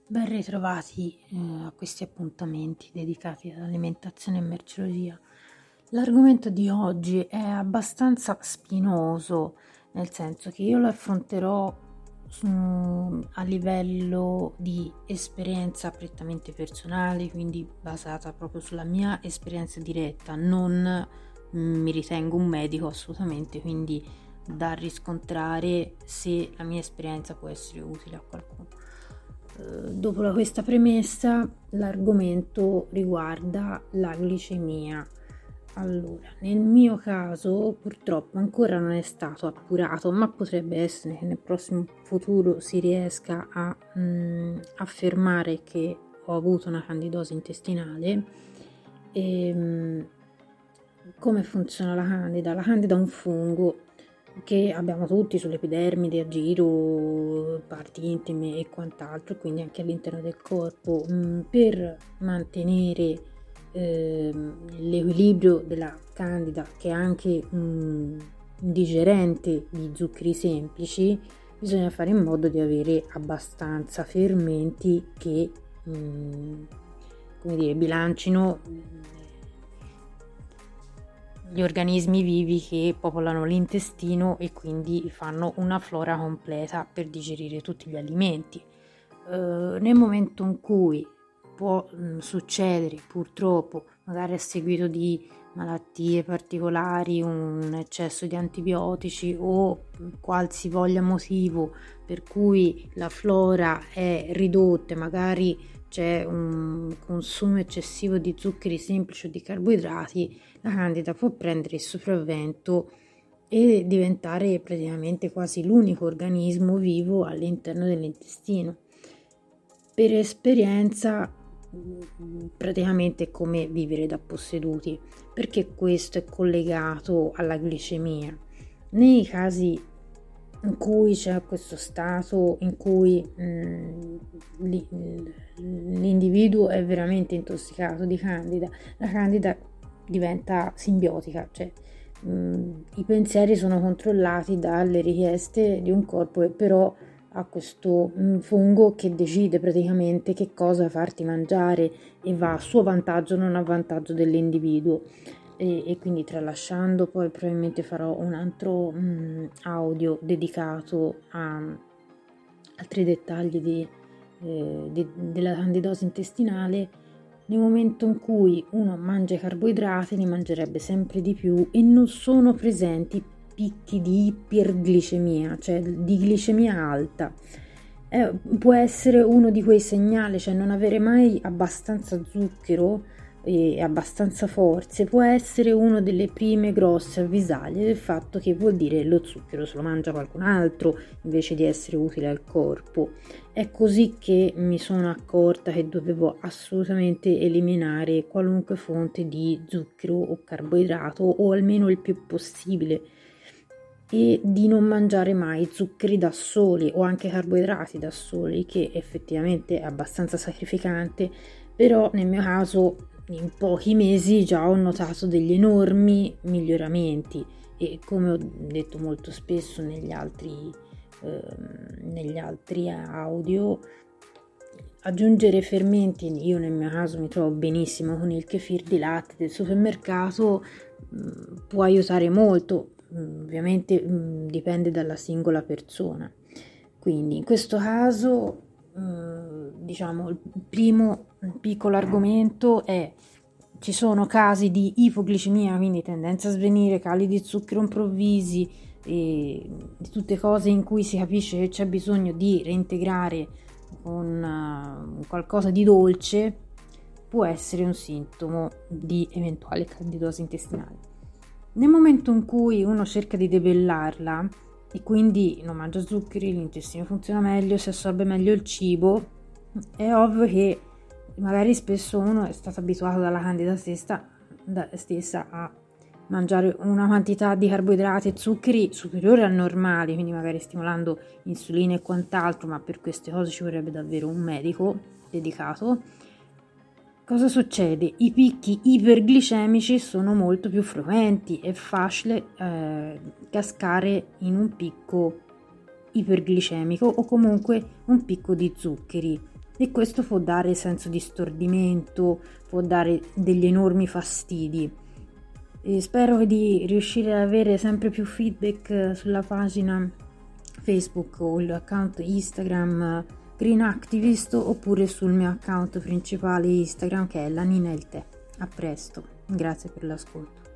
Ben ritrovati a questi appuntamenti dedicati all'alimentazione e merceologia. L'argomento di oggi è abbastanza spinoso, nel senso che io lo affronterò a livello di esperienza prettamente personale, quindi basata proprio sulla mia esperienza diretta. Non mi ritengo un medico assolutamente, quindi da riscontrare se la mia esperienza può essere utile a qualcuno. Dopo questa premessa, l'argomento riguarda la glicemia. Allora, nel mio caso purtroppo ancora non è stato appurato, ma potrebbe essere che nel prossimo futuro si riesca a affermare che ho avuto una candidosi intestinale. Come funziona la candida? La candida è un fungo che abbiamo tutti sull'epidermide, a giro, parti intime e quant'altro, quindi anche all'interno del corpo, per mantenere l'equilibrio della candida, che è anche un digerente di zuccheri semplici. Bisogna fare in modo di avere abbastanza fermenti che bilancino gli organismi vivi che popolano l'intestino e quindi fanno una flora completa per digerire tutti gli alimenti. Nel momento in cui può succedere, purtroppo, magari a seguito di malattie particolari, un eccesso di antibiotici o qualsivoglia motivo per cui la flora è ridotta, magari c'è un consumo eccessivo di zuccheri semplici o di carboidrati, la candida può prendere il sopravvento e diventare praticamente quasi l'unico organismo vivo all'interno dell'intestino. Per esperienza praticamente è come vivere da posseduti, perché questo è collegato alla glicemia. Nei casi in cui c'è questo stato in cui l'individuo è veramente intossicato di candida, la candida diventa simbiotica, cioè i pensieri sono controllati dalle richieste di un corpo che però ha questo fungo che decide praticamente che cosa farti mangiare e va a suo vantaggio, non a vantaggio dell'individuo. E quindi tralasciando, poi probabilmente farò un altro audio dedicato a altri dettagli della candidosi intestinale. Nel momento in cui uno mangia i carboidrati, ne mangerebbe sempre di più e non sono presenti picchi di iperglicemia, cioè di glicemia alta. Può essere uno di quei segnali, cioè non avere mai abbastanza zucchero e abbastanza forze, può essere una delle prime grosse avvisaglie del fatto che vuol dire lo zucchero se lo mangia qualcun altro invece di essere utile al corpo. È così che mi sono accorta che dovevo assolutamente eliminare qualunque fonte di zucchero o carboidrato, o almeno il più possibile, e di non mangiare mai zuccheri da soli o anche carboidrati da soli, che effettivamente è abbastanza sacrificante, però nel mio caso in pochi mesi già ho notato degli enormi miglioramenti e, come ho detto molto spesso negli altri audio, aggiungere fermenti, io nel mio caso mi trovo benissimo con il kefir di latte del supermercato, può aiutare molto. Ovviamente dipende dalla singola persona. Quindi in questo caso diciamo il primo piccolo argomento è: ci sono casi di ipoglicemia, quindi tendenza a svenire, cali di zucchero improvvisi e di tutte cose in cui si capisce che c'è bisogno di reintegrare con qualcosa di dolce, può essere un sintomo di eventuale candidosi intestinale. Nel momento in cui uno cerca di debellarla e quindi non mangia zuccheri, l'intestino funziona meglio, si assorbe meglio il cibo, è ovvio che magari spesso uno è stato abituato dalla candida stessa a mangiare una quantità di carboidrati e zuccheri superiore al normale, quindi magari stimolando insulina e quant'altro, ma per queste cose ci vorrebbe davvero un medico dedicato. Cosa succede? I picchi iperglicemici sono molto più frequenti, è facile cascare in un picco iperglicemico o comunque un picco di zuccheri. e questo può dare senso di stordimento, può dare degli enormi fastidi. E spero di riuscire ad avere sempre più feedback sulla pagina Facebook o l'account Instagram Green Activist, oppure sul mio account principale Instagram che è la Nina il Tè. A presto, grazie per l'ascolto.